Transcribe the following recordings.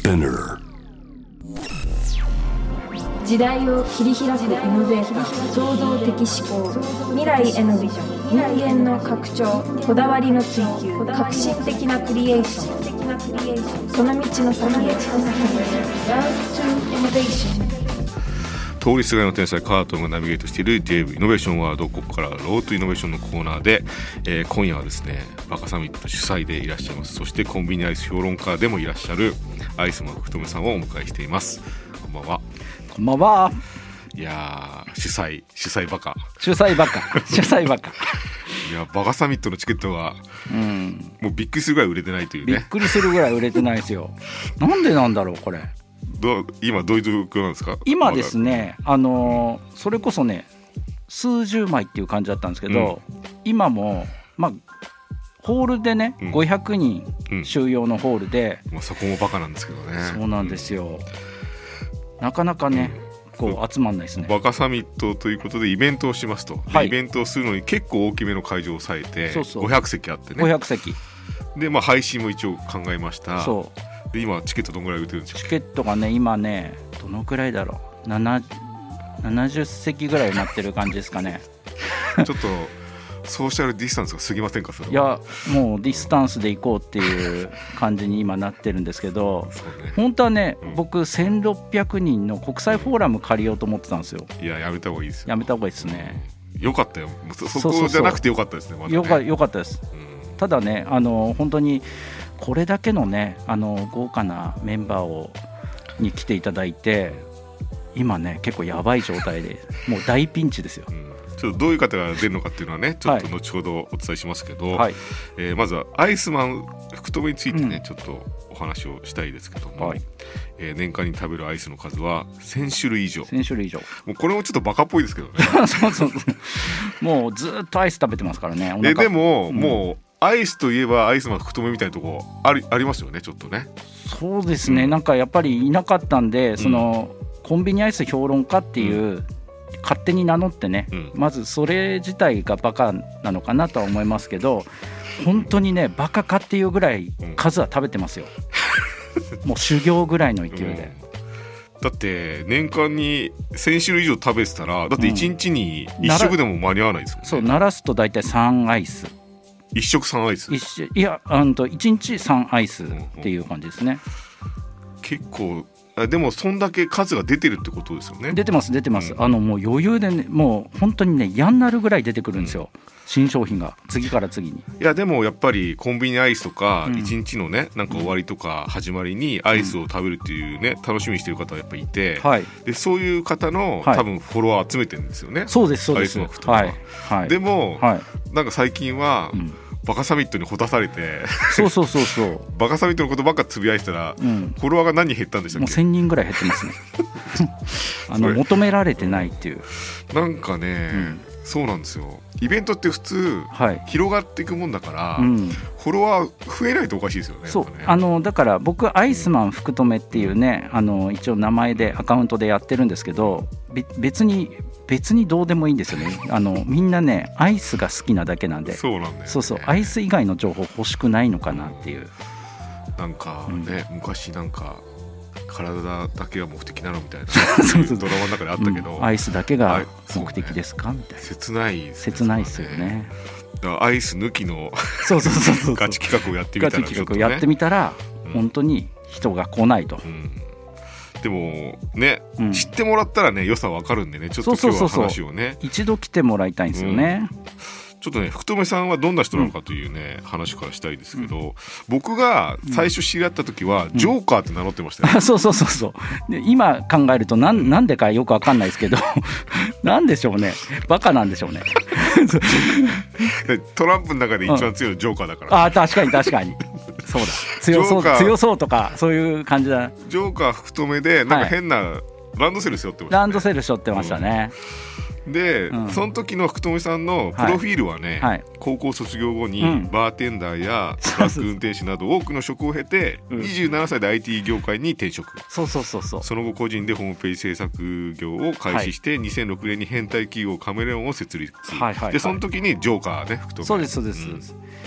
Spinner。 時代を切り開くイノベーター、創造的思考、未来へのビジョン、人間の拡張、こだわりの追求、革新的なクリエーション、その道の先へ Love to Innovation。 通りすがりの天才カートンがナビゲートしている JV イノベーションワールド、ここからロートイノベーションのコーナーで、今夜はですねバカサミット主催でいらっしゃいます、そしてコンビニアイス評論家でもいらっしゃるアイスマン福留さんをお迎えしています。こんばんは。 こんばんは。 いや主催バカ主催バカいやバカサミットのチケットが、もうびっくりするぐらい売れてないというね。 びっくりするぐらい売れてないですよ。なんでなんだろうこれ。 今どういう状況なんですか。 今ですね、それこそね数十枚っていう感じだったんですけど、今もホールでね、500人収容のホールで、 そこもバカなんですけどね。 そうなんですよ、なかなかね、こう集まんないですね。 バカサミットということでイベントをしますと、イベントをするのに結構大きめの会場を抑えて500席あってね、 500席で、配信も一応考えました。 そうで今チケットどのぐらい売ってるんですか。 チケットがね今ねどのくらいだろう、70席ぐらい埋まってる感じですかねちょっとソーシャルディスタンスが過ぎませんか。それいやもうディスタンスで行こうっていう感じに今なってるんですけど本当はね、僕1600人の国際フォーラム借りようと思ってたんですよ。 いやめた方がいいですよ。 やめた方がいいですね。 よかったよ。そこじゃなくてよかったですね。 よかったです、ただね本当にこれだけのね豪華なメンバーに来ていただいて今ね結構やばい状態でもう大ピンチですよ。 ちょっとどういう方が出るのかっていうのはねちょっと後ほどお伝えしますけど、まずはアイスマン福留についてね、ちょっとお話をしたいですけども、年間に食べるアイスの数は1000種類以上。もうこれもちょっとバカっぽいですけどねそうもうずっとアイス食べてますからね。 でも、もうアイスといえばアイスマン福留みたいなとこありますよね。ちょっとね。 そうですね、なんかやっぱりいなかったんで、そのコンビニアイス評論家っていう、勝手に名乗ってね、まずそれ自体がバカなのかなとは思いますけど、本当にねバカかっていうぐらい数は食べてますよ、もう修行ぐらいの勢いで、 だって年間に1000種類以上食べてたらだって1日に1食でも間に合わないですもんね。 そう鳴らすと大体3アイス、 1食3アイス、 いや1日3アイスっていう感じですね。 結構でもそんだけ数が出てるってことですよね。 出てます、もう余裕でね、もう本当にね嫌になるぐらい出てくるんですよ、新商品が次から次に。 いやでもやっぱりコンビニアイスとか1日のねなんか終わりとか始まりにアイスを食べるっていうね楽しみにしてる方はやっぱりいて、でそういう方の多分フォロワー集めてるんですよね。 そうですアイスの福留は。でもなんか最近はバカサミットにほたされてそうバカサミットのことばっかつぶやいてたら、フォロワーが何人減ったんでしたっけ。 もう1000人ぐらい減ってますね求められてないっていう。なんかね、そうなんですよ。イベントって普通、広がっていくもんだから、フォロワー増えないとおかしいですよね。 そうだから僕アイスマン福留っていうね一応名前でアカウントでやってるんですけど、別にどうでもいいんですよねみんなねアイスが好きなだけなんで。 そうなんだよね。 そうアイス以外の情報欲しくないのかなっていう、 なんかね、昔なんか体だけが目的なのみたいなドラマの中であったけど、 アイスだけが目的ですかみたいな。 切ないですよね。 だからアイス抜きのガチ企画をやってみたら、 ガチ企画をやってみたら本当に人が来ないと。 でもね、知ってもらったらね良さわかるんでね、ちょっと今日は話をね一度来てもらいたいんですよね。 ちょっとね福留さんはどんな人なのかというね、話からしたいですけど、僕が最初知り合った時はジョーカーって名乗ってましたよ、 そうで今考えるとなんでかよくわかんないですけどなんでしょうね、バカなんでしょうねトランプの中で一番強いのジョーカーだから、 確かにそうだ、強そうとかそういう感じだ。 ジョーカー福留でなんか変なランドセル背負ってましたね。 ランドセル背負ってましたね。 で、その時の福留さんのプロフィールはね、高校卒業後にバーテンダーやトラック運転手など多くの職を経て27歳で IT 業界に転職。 その後個人でホームページ制作業を開始して、2006年に変態企業カメレオンを設立、でその時にジョーカーね福留。 そうです、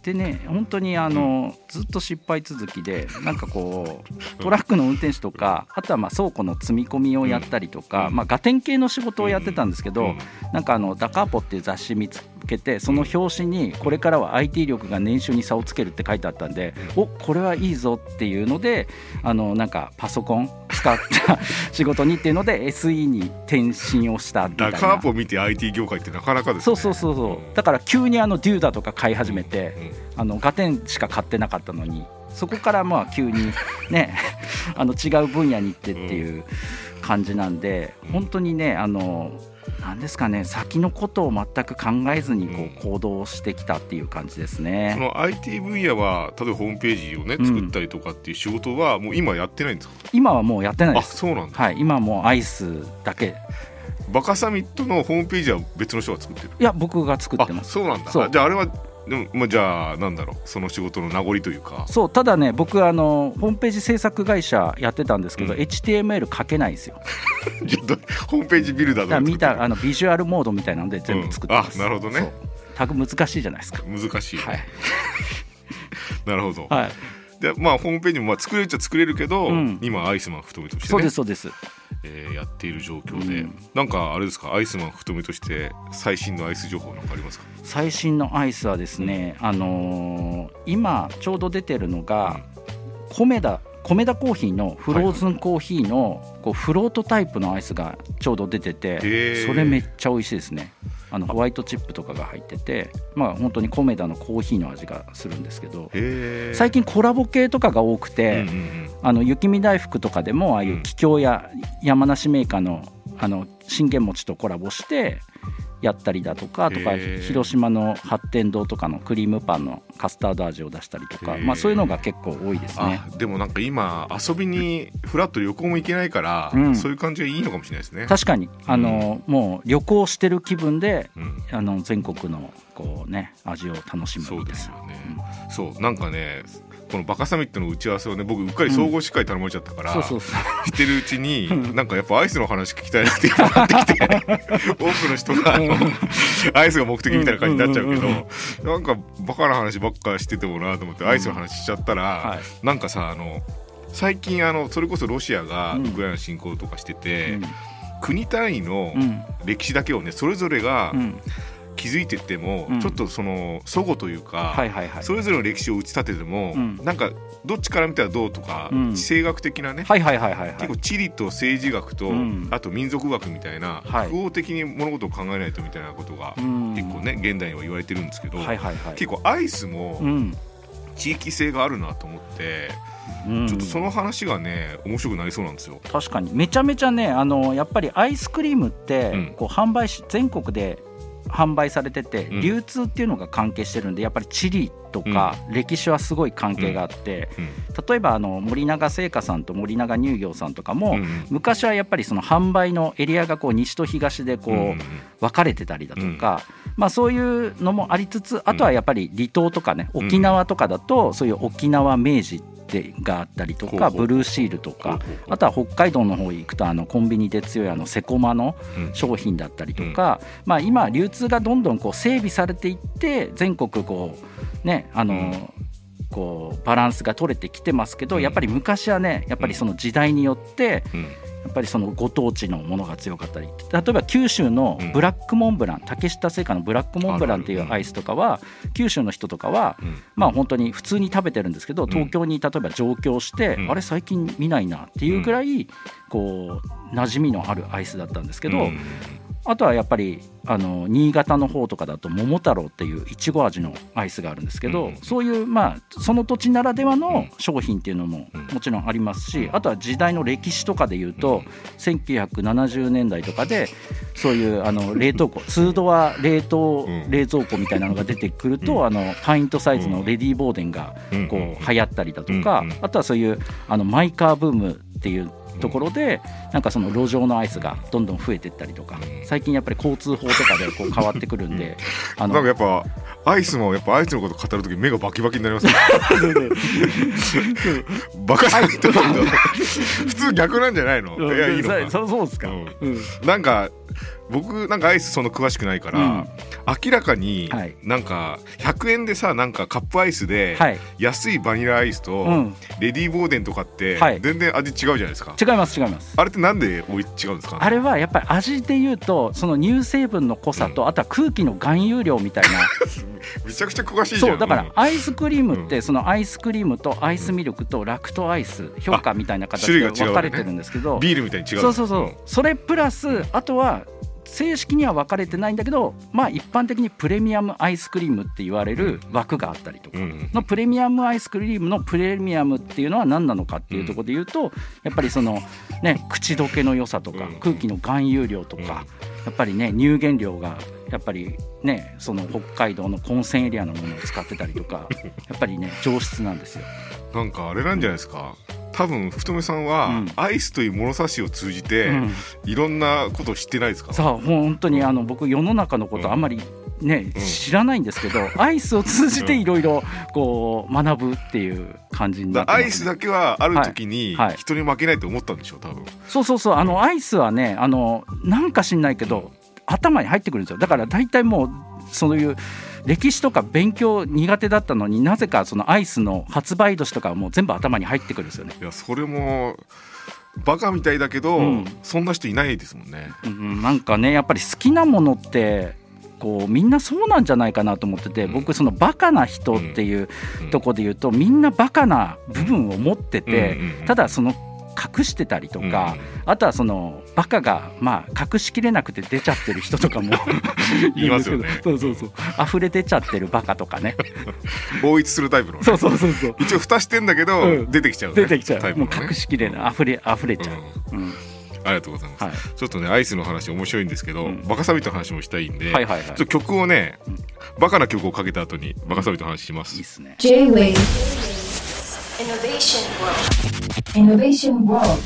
でね本当にずっと失敗続きでなんかこうトラックの運転手とかあとはまあ倉庫の積み込みをやったりとか、まあ、ガテン系の仕事をやってたんですけど、なんかダカーポっていう雑誌見つけてその表紙にこれからは IT 力が年収に差をつけるって書いてあったんで、おこれはいいぞっていうのでなんかパソコン使った仕事にっていうので SE に転身をしたみたいな。 ダカーポ見て IT 業界ってなかなかですね。 そうだから急にデューダとか買い始めて、ガテンしか買ってなかったのにそこからまあ急にね違う分野に行ってっていう感じなんで、本当にねなんですかね、先のことを全く考えずにこう行動してきたっていう感じですね。 その IT 分野は例えばホームページをね作ったりとかっていう仕事はもう今やってないんですか？ 今はもうやってないです。 あ、そうなんだ。 はい、今はもうアイスだけ。 バカサミットのホームページは別の人が作ってる？ いや僕が作ってます。 あ、そうなんだ。じゃああれはでも、まあ、じゃあなんだろう、その仕事の名残というか。 そう、ただね僕ホームページ制作会社やってたんですけど、HTML 書けないんですよホームページビルダーとか作ってる？ 見たビジュアルモードみたいなので全部作ってます、 あ、なるほどね。 タグ難しいじゃないですか。 難しい、 はいなるほど、 はい。 でまあ、ホームページもまあ作れるっちゃ作れるけど、今アイスマン福留としてね、 そうです、 やっている状況で、なんかあれですか、アイスマン福留として最新のアイス情報なんかありますか？ 最新のアイスはですね、今ちょうど出てるのが、コメダコーヒーのフローズンコーヒーのこうフロートタイプのアイスがちょうど出てて、それめっちゃ美味しいですね。ホワイトチップとかが入ってて、まあ、本当にコメダのコーヒーの味がするんですけど、最近コラボ系とかが多くて、雪見大福とかでもああいう桔梗や山梨メーカーの信玄餅とコラボしてやったりだとか、広島の八天堂とかのクリームパンのカスタード味を出したりとか、まあ、そういうのが結構多いですね。 でもなんか今遊びにフラッと旅行も行けないから、そういう感じがいいのかもしれないですね。確かにもう旅行してる気分で、全国のこう、ね、味を楽しむみたいな。そうですよね、 そうなんかね、このバカサミットの打ち合わせをね、僕うっかり総合司会頼まれちゃったから、してるうちになんかやっぱアイスの話聞きたいなってなってきて多くの人がアイスが目的みたいな感じになっちゃうけど、なんかバカな話ばっかしててもなと思ってアイスの話しちゃったら、なんかさ最近それこそロシアがウクライナ侵攻とかしてて、国単位の歴史だけをねそれぞれが気づいてっても、ちょっとその齟齬というか、それぞれの歴史を打ち立てても、なんかどっちから見たらどうとか、地政学的なね、結構地理と政治学と、あと民族学みたいな、複合的に物事を考えないとみたいなことが、結構ね現代には言われてるんですけど、結構アイスも地域性があるなと思って、ちょっとその話がね面白くなりそうなんですよ。 確かにめちゃめちゃねやっぱりアイスクリームって、こう全国で販売されてて、流通っていうのが関係してるんで、やっぱり地理とか歴史はすごい関係があって、例えば森永製菓さんと森永乳業さんとかも、昔はやっぱりその販売のエリアがこう西と東でこう分かれてたりだとか、まあ、そういうのもありつつ、あとはやっぱり離島とかね、沖縄とかだとそういう沖縄明治があったりとか、ブルーシールとか、あとは北海道の方行くとコンビニで強いセコマの商品だったりとか、まあ、今流通がどんどんこう整備されていって、全国こうねこうバランスが取れてきてますけど、やっぱり昔はねやっぱりその時代によってやっぱりそのご当地のものが強かったり、例えば九州のブラックモンブラン、竹下製菓のブラックモンブランっていうアイスとかは、九州の人とかはまあ本当に普通に食べてるんですけど、東京に例えば上京してあれ最近見ないなっていうぐらいこう馴染みのあるアイスだったんですけど、あとはやっぱり新潟の方とかだと桃太郎っていういちご味のアイスがあるんですけど、そういうまあその土地ならではの商品っていうのももちろんありますし、あとは時代の歴史とかでいうと1970年代とかでそういう冷凍庫2ドア冷凍冷蔵庫みたいなのが出てくると、パイントサイズのレディーボーデンがこう流行ったりだとか、あとはそういうマイカーブームっていうところでなんかその路上のアイスがどんどん増えていったりとか、最近やっぱり交通法とかでこう変わってくるんでなんかやっぱアイスもやっぱアイスのこと語るとき目がバキバキになりますねバカさんって普通逆なんじゃないの？いやいいのか。 そうですか、 なんか僕なんかアイスそんな詳しくないから、明らかになんか100円でさ、なんかカップアイスで安いバニラアイスとレディーボーデンとかって全然味違うじゃないですか。 違います違います。 あれってなんで違うんですか？ あれはやっぱり味でいうとその乳成分の濃さと、あとは空気の含有量みたいなめちゃくちゃ詳しいじゃん。 そうだからアイスクリームってそのアイスクリームとアイスミルクとラクトアイス評価みたいな形で分かれてるんですけど、 ビールみたいに違う。 そうそうそう、それプラスあとは正式には分かれてないんだけど、まあ一般的にプレミアムアイスクリームって言われる枠があったりとかのプレミアムアイスクリームのプレミアムっていうのは何なのかっていうところで言うと、やっぱりそのね口どけの良さとか空気の含有量とか、やっぱりね乳原料がやっぱりねその北海道の根泉エリアのものを使ってたりとかやっぱりね上質なんですよ。 なんかあれなんじゃないですか、多分福留さんはアイスという物差しを通じていろんなことを知ってないですか？ さあ本当に僕世の中のことあんまりね、知らないんですけど、アイスを通じていろいろこう学ぶっていう感じになってます、ね。 アイスだけはある時に人に負けないと思ったんでしょう多分。 そうそうそう、アイスはねなんか知んないけど、頭に入ってくるんですよ。だから大体もうそういう歴史とか勉強苦手だったのになぜかそのアイスの発売年とかはもう全部頭に入ってくるんですよね。 いやそれもバカみたいだけど、そんな人いないですもんね。 なんかねやっぱり好きなものってこうみんなそうなんじゃないかなと思ってて、僕そのバカな人っていうところで言うと、みんなバカな部分を持ってて、ただその隠してたりとか、あとはそのバカがまあ隠しきれなくて出ちゃってる人とかもいますよね。 そうそうそう、溢れ出ちゃってるバカとかね統一するタイプの、ね、 そうそうそうそう、 一応蓋してんだけど、出てきちゃう、ね、 出てきちゃう、 タイプのね、 もう隠しきれない、溢れちゃう、 ありがとうございます、ちょっとねアイスの話面白いんですけど、バカサミットの話もしたいんで、ちょっと曲をね、バカな曲をかけた後にバカサミットの話します。 いいっすね。 J-Wave Innovation World。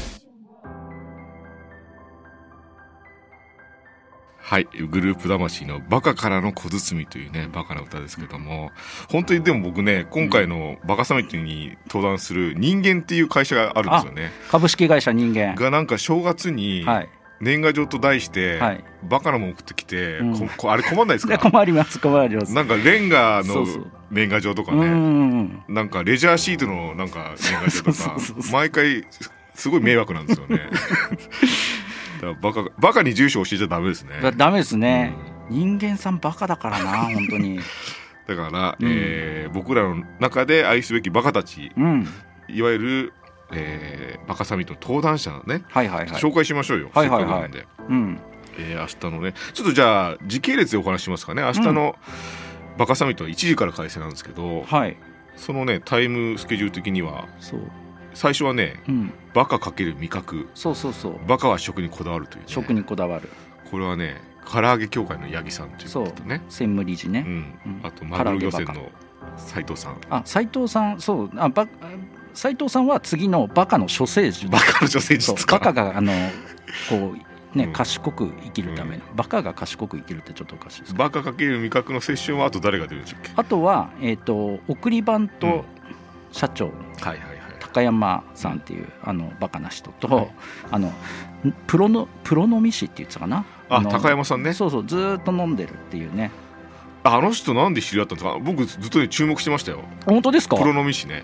はい、グループ魂のバカからの小包というねバカな歌ですけども、本当にでも僕ね今回のバカサミットに登壇する人間っていう会社があるんですよね。 株式会社人間がなんか正月に年賀状と題して、バカなもん送ってきて、あれ困んないですか？ 困ります困ります。 なんかレンガの年賀状とかね、なんかレジャーシートのなんか年賀状とか毎回すごい迷惑なんですよね。だからバカに住所教えちゃダメですね。 ダメですね、人間さんバカだからな本当に。 だから、僕らの中で愛すべきバカたち、いわゆる、バカサミットの登壇者ね、紹介しましょうよ、せっかくなんで。明日のねちょっとじゃあ時系列でお話しますかね。明日のバカサミットは1時から開催なんですけど、そのねタイムスケジュール的には最初はね、バカ×味覚、バカは食にこだわるという、ね、 食にこだわる、 これはね唐揚げ協会の八木さんということね、 専務理事ね、 あとマグロ漁船の斉藤さん、 斉藤さん、そう斉藤さんは次のバカの処世術、 バカの処世術か、 バカがこうね、賢く生きるための、バカが賢く生きるってちょっとおかしいですか。 バカ×味覚のセッションはあと誰が出るんでしたっけ？ あとは送りバント社長、高山さんっていうバカな人と、プロノミ師って言ってたかな、 高山さんね、 そうずっと飲んでるっていうね。 あの人なんで知り合ったんですか？僕ずっと、ね、注目してましたよ。 本当ですか？ プロノミ師ね。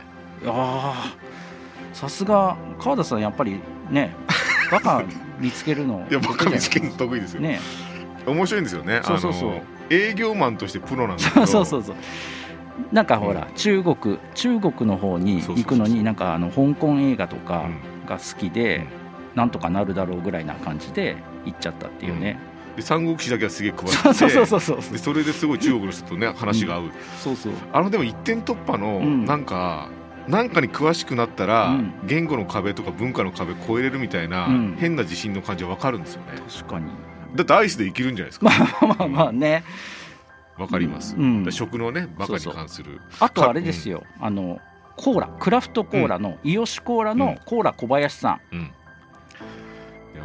さすが川田さん、やっぱりねバカ見つけるのいやバカ見つけるの得意ですよね。面白いんですよね。営業マンとしてプロなんだけど、そうなんかほら、中国の方に行くのになんか香港映画とかが好きで、なんとかなるだろうぐらいな感じで行っちゃったっていうね。 で三国志だけはすげえ配ってて、 でそれですごい中国の人とね話が合う。でも一点突破のなんかに詳しくなったら、言語の壁とか文化の壁越えれるみたいな、変な自信の感じは分かるんですよね。 確かに。だってアイスで生きるんじゃないですか。 まあね。 わかります、食のねバカに関する。 あとあれですよ、コーラ、クラフトコーラの、イヨシコーラのコーラ小林さん、 いや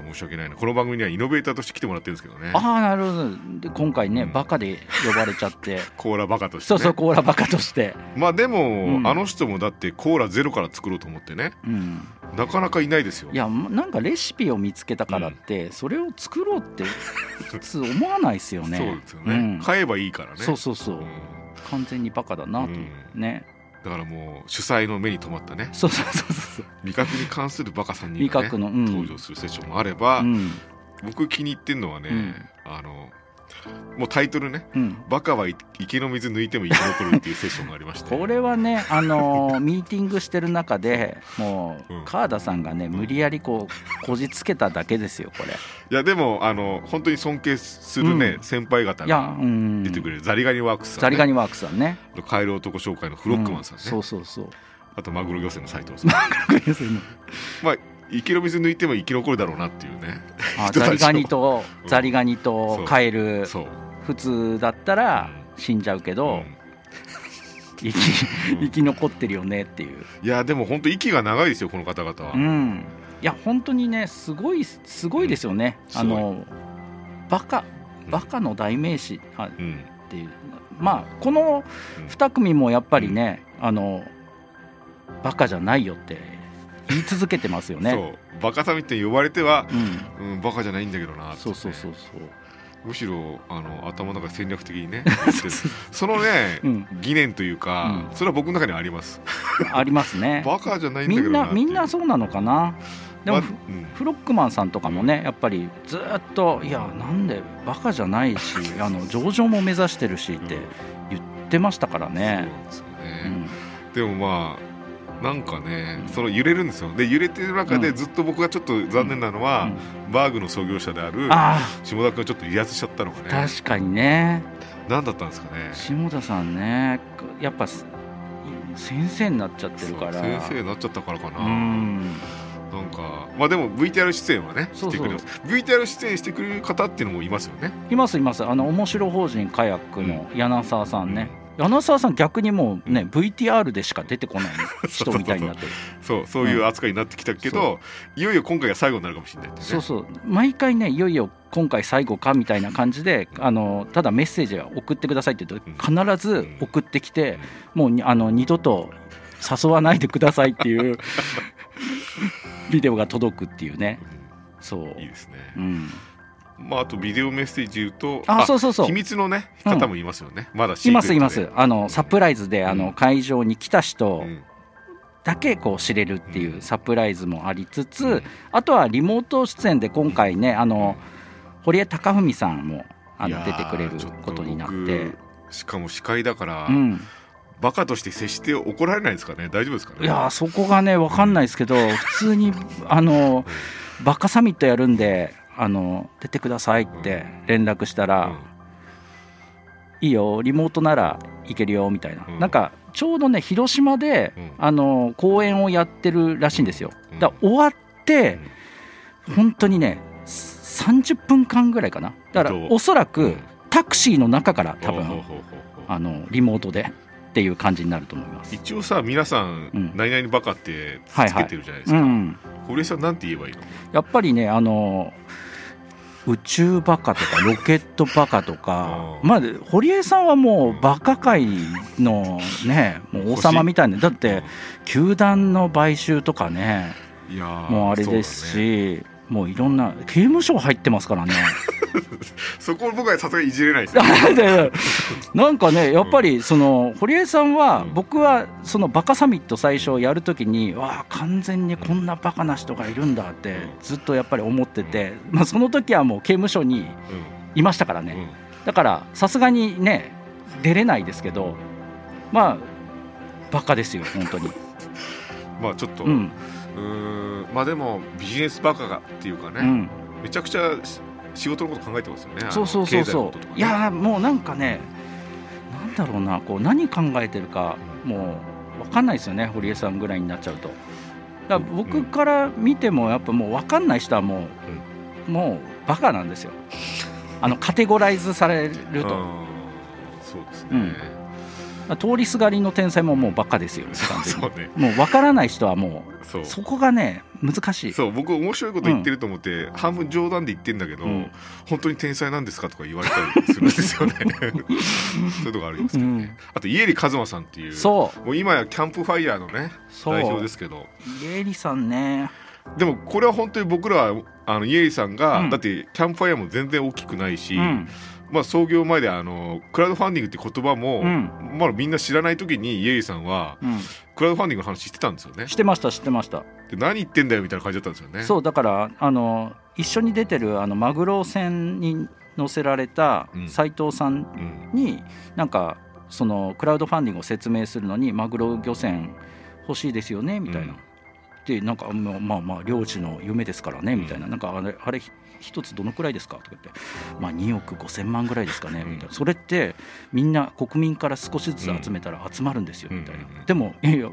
申し訳ないな。この番組にはイノベーターとして来てもらってるんですけどね。 なるほど。で今回ね、バカで呼ばれちゃってコーラバカとして、ね、 そうコーラバカとして。 まあでも、あの人もだってコーラゼロから作ろうと思ってね、なかなかいないですよ。 いや、なんかレシピを見つけたからって、それを作ろうって普通思わないですよね。 そうですよね、買えばいいからね。 そう、完全にバカだなと、ね。 だからもう主催の目に留まったね。 そう味覚に関するバカさんに、ね、登場するセッションもあれば、僕気に入ってるのはね、もうタイトルね、バカは池の水抜いても生き残るっていうセッションがありまして、 これはね、ミーティングしてる中でもう、川田さんがね無理やりこじつけただけですよこれ。 いやでも本当に尊敬するね、先輩方が出てくれるザリガニワークスさんね、 ザリガニワークスさんね、 カエル男紹介のフロックマンさんね、 そうあとマグロ漁船の斉藤さんまあ池の水抜いても生き残るだろうなっていうね。 ザリガニとカエル、普通だったら死んじゃうけど、生き残ってるよねっていう。 いやでも本当息が長いですよこの方々は。 いや本当にねすごいですよね。バカの代名詞っていう、まあこの2組もやっぱりね、バカじゃないよって言い続けてますよね。 そうバカサミって呼ばれては、バカじゃないんだけどなって、ね、 そうむしろ頭の中戦略的にねそのね、疑念というか、それは僕の中にありますありますね。 バカじゃないんだけどなってみんなそうなのかな。でも、フロックマンさんとかもねやっぱりずっといやなんでバカじゃないし上場も目指してるしって言ってましたからね。 そうですよね、でもまあなんかね、その揺れるんですよ。で揺れてる中でずっと僕がちょっと残念なのは、バーグの創業者である下田君がちょっと離脱しちゃったのがね。 確かにね。 何だったんですかね。 下田さんね、やっぱ先生になっちゃってるから。 先生になっちゃったからかな。なんかまあでも VTR 出演はねしてくれます。VTR 出演してくれる方っていうのもいますよね。 います。面白法人カヤックの柳沢さんね。柳沢さん逆にもうね、VTR でしか出てこない人みたいになってる。 そういう扱いになってきたけど、いよいよ今回が最後になるかもしれないってね。 毎回ねいよいよ今回最後かみたいな感じでただメッセージは送ってくださいって言うと必ず送ってきて、もう二度と誘わないでくださいっていうビデオが届くっていうね。 いいですね。まあ、あとビデオメッセージ言うと秘密の、ね、方もいますよね、まだシークレットでいますサプライズで会場に来た人だけこう知れるっていうサプライズもありつつ、あとはリモート出演で今回ね堀江貴文さんも出てくれることになって、 しかも司会だから、バカとして接して怒られないですかね。大丈夫ですかね。 いやそこがね分かんないですけど、普通にバカサミットやるんで出てくださいって連絡したら、いいよリモートならいけるよみたいな、なんかちょうどね広島で、公演をやってるらしいんですよ。だから終わって、本当にね30分間ぐらいかな。だからおそらくタクシーの中から多分リモートでっていう感じになると思います。 一応さ皆さん、何々バカってつけてるじゃないですか。堀江さんなんて言えばいいの。 やっぱりね宇宙バカとかロケットバカとかまあ堀江さんはもうバカ界のねもう王様みたいな、だって球団の買収とかねもうあれですし、もういろんな刑務所入ってますからねそこを僕はさすがにいじれないですよなんかねやっぱり堀江さんは、僕はそのバカサミット最初やるときに完全にこんなバカな人がいるんだってずっとやっぱり思ってて、その時はもう刑務所にいましたからね、だからさすがにね出れないですけど、バカですよ本当にちょっとでもビジネスバカがっていうかね、めちゃくちゃ仕事のこと考えてますよね。 そう、いやもうなんかねなんだろうな、こう何考えてるかもう分かんないですよね、堀江さんぐらいになっちゃうと。だから僕から見てもやっぱもう分かんない人はもうバカなんですよカテゴライズされると。 そうですね、 通りすがりの天才ももうバカですよ。 そうね、 もう分からない人はもう そこがね難しい。 そう、僕面白いこと言ってると思って、半分冗談で言ってんだけど、本当に天才なんですかとか言われたりするんですよねそういうとこありますけどね、あと家入一馬さんっていう、もう今やキャンプファイヤーのね代表ですけど、 家入さんね。 でもこれは本当に僕らは家入さんが、だってキャンプファイヤーも全然大きくないし、まあ、創業前でクラウドファンディングって言葉も、まだみんな知らない時に家入さんは、クラウドファンディングの話してたんですよね。 してましたで、何言ってんだよみたいな感じだったんですよね。 そうだから一緒に出てるマグロ船に乗せられた斉藤さんに、なんかそのクラウドファンディングを説明するのに、マグロ漁船欲しいですよねみたいな、でなんかまあ漁師の夢ですからねみたいな、なんかあれ一つどのくらいですかとか言って、まあ、2億5,000万ぐらいですかねみたいな、それってみんな国民から少しずつ集めたら集まるんですよみたいな、でも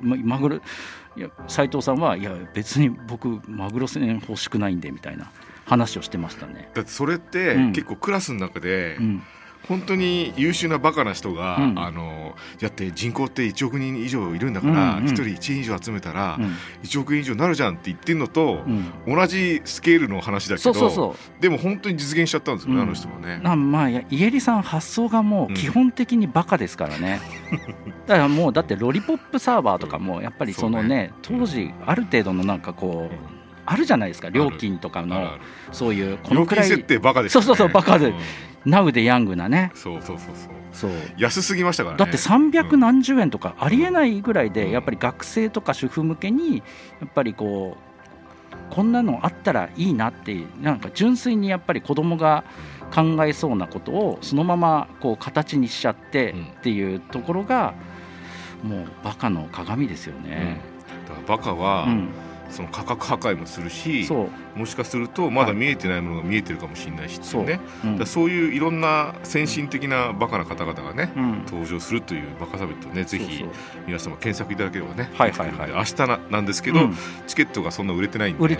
斉藤さんはいや別に僕マグロ船欲しくないんでみたいな話をしてましたね。 だってそれって結構クラスの中で、本当に優秀なバカな人が、やって人口って1億人以上いるんだから、1人1円以上集めたら、1億円以上になるじゃんって言ってるのと、同じスケールの話だけど、でも本当に実現しちゃったんですよね、あの人もね。 まあ家入さん発想がもう基本的にバカですからね、だからもうだってロリポップサーバーとかもやっぱりそのね、当時ある程度のなんかこう、あるじゃないですか、料金とかのそういうこのくらい料金設定バカですよね。 そうバカで、ナウでヤングなね。 そう安すぎましたからね。 だって300何十円とかありえないぐらいで、やっぱり学生とか主婦向けにやっぱりこんなのあったらいいなって、なんか純粋にやっぱり子供が考えそうなことをそのままこう形にしちゃってっていうところが、もうバカの鏡ですよね。 だからバカは、その価格破壊もするし、もしかするとまだ見えてないものが見えてるかもしれないしっていうね、そういういろんな先進的なバカな方々がね、登場するというバカサミットね、ぜひ皆様検索いただければね、明日なんですけど、チケットがそんな売れてないんで、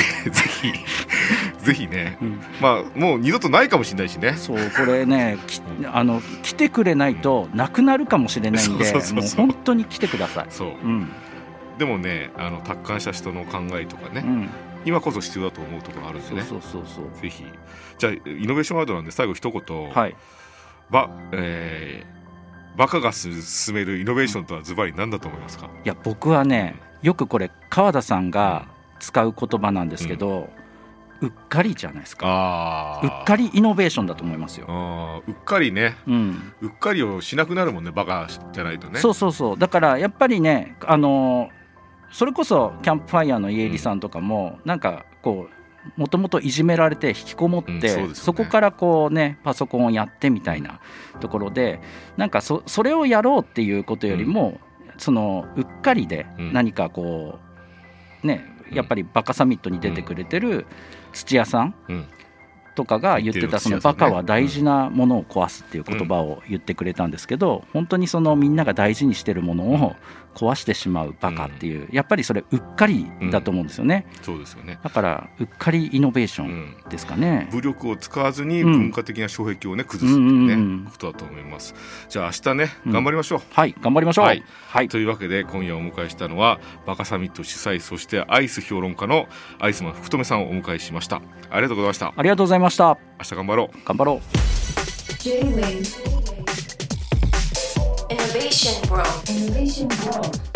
ぜひね、まあもう二度とないかもしれないしね。 そうこれね来てくれないとなくなるかもしれないんで、もう本当に来てください。 でもね、達観した人の考えとかね、今こそ必要だと思うところあるんでね、ぜひ。じゃあイノベーションワードなんで最後一言、バカが進めるイノベーションとはズバリ何だと思いますか？ いや僕はね、よくこれ川田さんが使う言葉なんですけど、うっかりじゃないですか。うっかりイノベーションだと思いますよ。 うっかりね、うっかりをしなくなるもんね、バカじゃないとね。 そうだからやっぱりね、それこそキャンプファイヤーの家入さんとかも、なんかこうもともといじめられて引きこもって、そこからこうねパソコンをやってみたいなところで、なんかそれをやろうっていうことよりも、そのうっかりで何かこうね、やっぱりバカサミットに出てくれてる土屋さんとかが言ってた、そのバカは大事なものを壊すっていう言葉を言ってくれたんですけど、本当にそのみんなが大事にしてるものを壊してしまうバカっていう、やっぱりそれうっかりだと思うんですよね。 そうですよね。 だからうっかりイノベーションですかね。 武力を使わずに文化的な障壁をね崩すっていうね、ことだと思います。じゃあ明日ね、頑張りましょう。 はい頑張りましょう。 というわけで今夜お迎えしたのはバカサミット主催、そしてアイス評論家のアイスマン福留さんをお迎えしました。ありがとうございました。 ありがとうございました。 明日頑張ろう。 J-Wave Innovation World